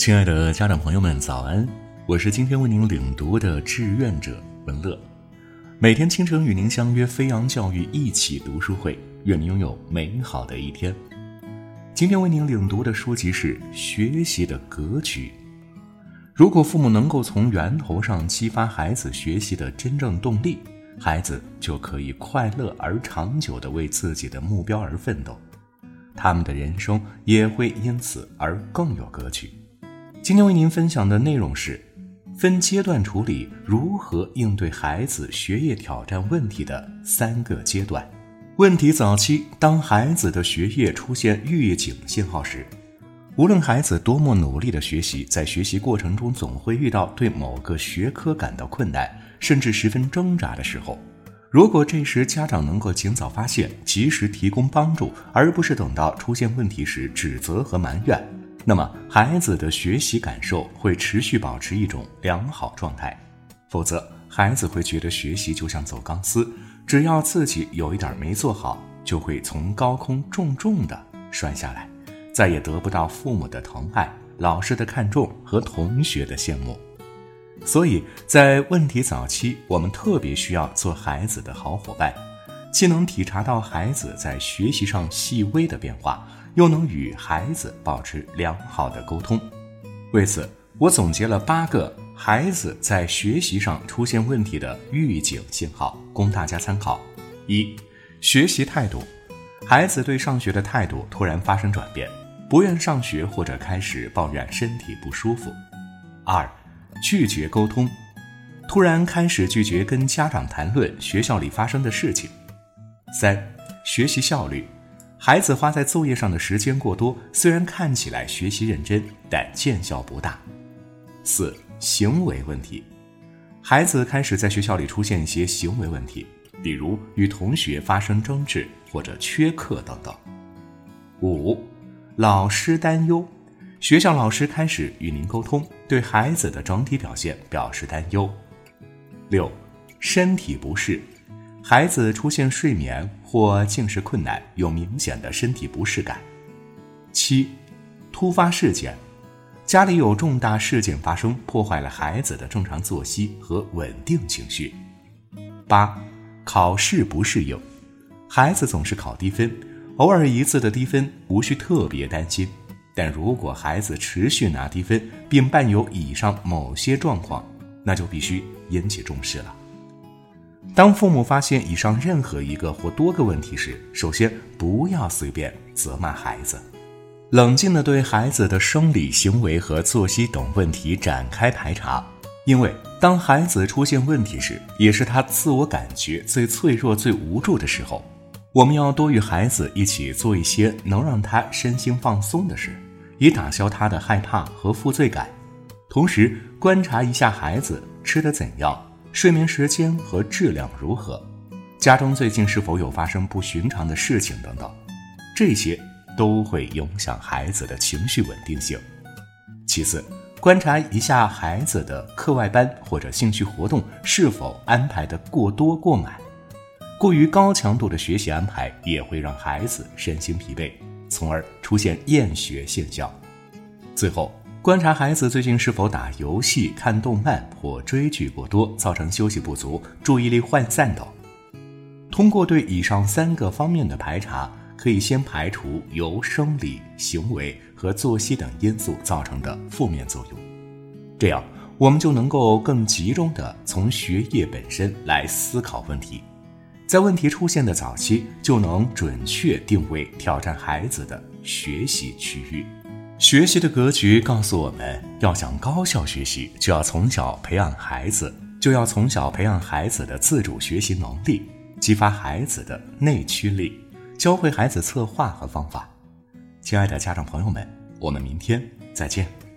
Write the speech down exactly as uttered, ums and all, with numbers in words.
亲爱的家长朋友们早安，我是今天为您领读的志愿者文乐，每天清晨与您相约飞扬教育一起读书会，愿您拥有美好的一天。今天为您领读的书籍是《学习的格局》。如果父母能够从源头上激发孩子学习的真正动力，孩子就可以快乐而长久地为自己的目标而奋斗，他们的人生也会因此而更有格局。今天为您分享的内容是分阶段处理如何应对孩子学业挑战问题的三个阶段。问题早期，当孩子的学业出现预警信号时，无论孩子多么努力的学习，在学习过程中总会遇到对某个学科感到困难，甚至十分挣扎的时候。如果这时家长能够尽早发现，及时提供帮助，而不是等到出现问题时指责和埋怨，那么孩子的学习感受会持续保持一种良好状态。否则孩子会觉得学习就像走钢丝，只要自己有一点没做好，就会从高空重重地摔下来，再也得不到父母的疼爱、老师的看重和同学的羡慕。所以在问题早期，我们特别需要做孩子的好伙伴，既能体察到孩子在学习上细微的变化，又能与孩子保持良好的沟通。为此，我总结了八个孩子在学习上出现问题的预警信号，供大家参考。一、学习态度。孩子对上学的态度突然发生转变，不愿上学或者开始抱怨身体不舒服。二、拒绝沟通。突然开始拒绝跟家长谈论学校里发生的事情。三、学习效率。孩子花在作业上的时间过多，虽然看起来学习认真，但见效不大。四、行为问题。孩子开始在学校里出现一些行为问题，比如与同学发生争执或者缺课等等。五、老师担忧。学校老师开始与您沟通，对孩子的整体表现表示担忧。六、身体不适。孩子出现睡眠或进食困难，有明显的身体不适感。七、突发事件。家里有重大事件发生，破坏了孩子的正常作息和稳定情绪。八、考试不适应。孩子总是考低分，偶尔一次的低分无需特别担心，但如果孩子持续拿低分，并伴有以上某些状况，那就必须引起重视了。当父母发现以上任何一个或多个问题时，首先不要随便责骂孩子，冷静地对孩子的生理、行为和作息等问题展开排查。因为当孩子出现问题时，也是他自我感觉最脆弱、最无助的时候。我们要多与孩子一起做一些能让他身心放松的事，以打消他的害怕和负罪感。同时观察一下孩子吃得怎样，睡眠时间和质量如何，家中最近是否有发生不寻常的事情等等，这些都会影响孩子的情绪稳定性。其次，观察一下孩子的课外班或者兴趣活动是否安排得过多过满。过于高强度的学习安排也会让孩子身心疲惫，从而出现厌学现象。最后，观察孩子最近是否打游戏、看动漫或追剧过多，造成休息不足、注意力涣散等。通过对以上三个方面的排查，可以先排除由生理、行为和作息等因素造成的负面作用，这样我们就能够更集中地从学业本身来思考问题，在问题出现的早期就能准确定位挑战孩子的学习区域。学习的格局告诉我们，要想高效学习，就要从小培养孩子，就要从小培养孩子的自主学习能力，激发孩子的内驱力，教会孩子策划和方法。亲爱的家长朋友们，我们明天再见。